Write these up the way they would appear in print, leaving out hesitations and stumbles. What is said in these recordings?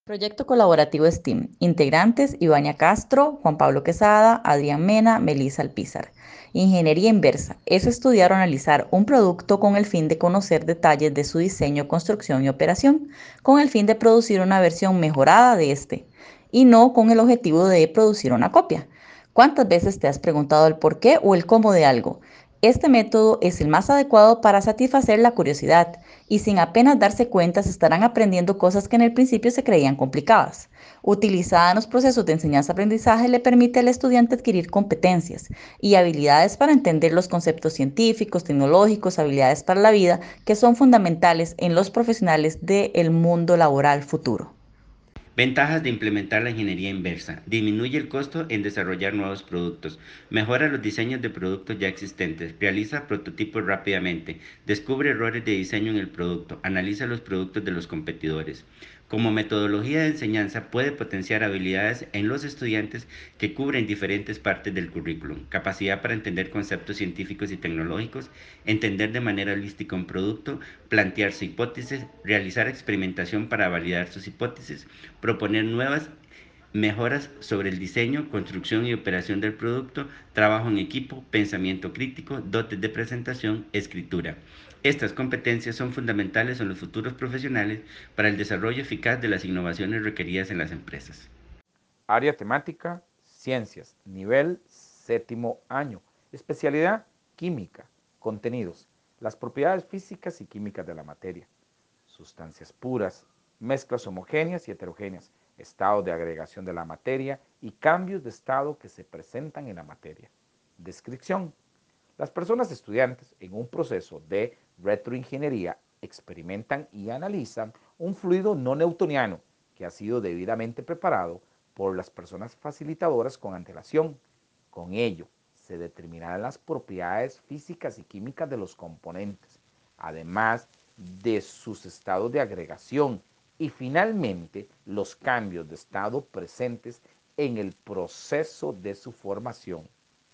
Proyecto colaborativo STEAM. Integrantes: Ivania Castro, Juan Pablo Quesada, Adrián Mena, Melissa Alpizar. Ingeniería inversa. Es estudiar o analizar un producto con el fin de conocer detalles de su diseño, construcción y operación, con el fin de producir una versión mejorada de este, y no con el objetivo de producir una copia. ¿Cuántas veces te has preguntado el por qué o el cómo de algo? Este método es el más adecuado para satisfacer la curiosidad y sin apenas darse cuenta se estarán aprendiendo cosas que en el principio se creían complicadas. Utilizada en los procesos de enseñanza-aprendizaje le permite al estudiante adquirir competencias y habilidades para entender los conceptos científicos, tecnológicos, habilidades para la vida que son fundamentales en los profesionales del mundo laboral futuro. Ventajas de implementar la ingeniería inversa. Disminuye el costo en desarrollar nuevos productos. Mejora los diseños de productos ya existentes. Realiza prototipos rápidamente. Descubre errores de diseño en el producto. Analiza los productos de los competidores. Como metodología de enseñanza puede potenciar habilidades en los estudiantes que cubren diferentes partes del currículum. Capacidad para entender conceptos científicos y tecnológicos, entender de manera holística un producto, plantearse hipótesis, realizar experimentación para validar sus hipótesis, proponer nuevas mejoras sobre el diseño, construcción y operación del producto, trabajo en equipo, pensamiento crítico, dotes de presentación, escritura. Estas competencias son fundamentales en los futuros profesionales para el desarrollo eficaz de las innovaciones requeridas en las empresas. Área temática, ciencias, nivel séptimo año. Especialidad, química. Contenidos, las propiedades físicas y químicas de la materia. Sustancias puras, mezclas homogéneas y heterogéneas, estados de agregación de la materia y cambios de estado que se presentan en la materia. Descripción. Las personas estudiantes en un proceso de retroingeniería experimentan y analizan un fluido no newtoniano que ha sido debidamente preparado por las personas facilitadoras con antelación. Con ello, se determinarán las propiedades físicas y químicas de los componentes, además de sus estados de agregación y finalmente los cambios de estado presentes en el proceso de su formación.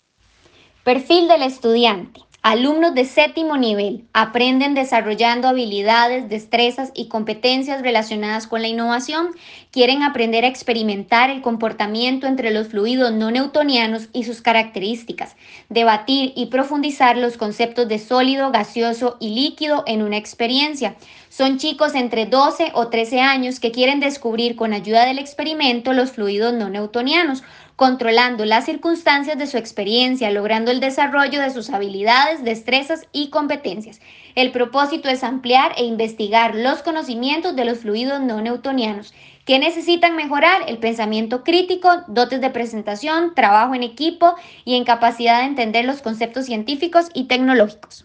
Perfil del estudiante. Alumnos de séptimo nivel aprenden desarrollando habilidades, destrezas y competencias relacionadas con la innovación. Quieren aprender a experimentar el comportamiento entre los fluidos no newtonianos y sus características, debatir y profundizar los conceptos de sólido, gaseoso y líquido en una experiencia. Son chicos entre 12 o 13 años que quieren descubrir con ayuda del experimento los fluidos no newtonianos, controlando las circunstancias de su experiencia, logrando el desarrollo de sus habilidades, destrezas y competencias. El propósito es ampliar e investigar los conocimientos de los fluidos no newtonianos que necesitan mejorar el pensamiento crítico, dotes de presentación, trabajo en equipo y en capacidad de entender los conceptos científicos y tecnológicos.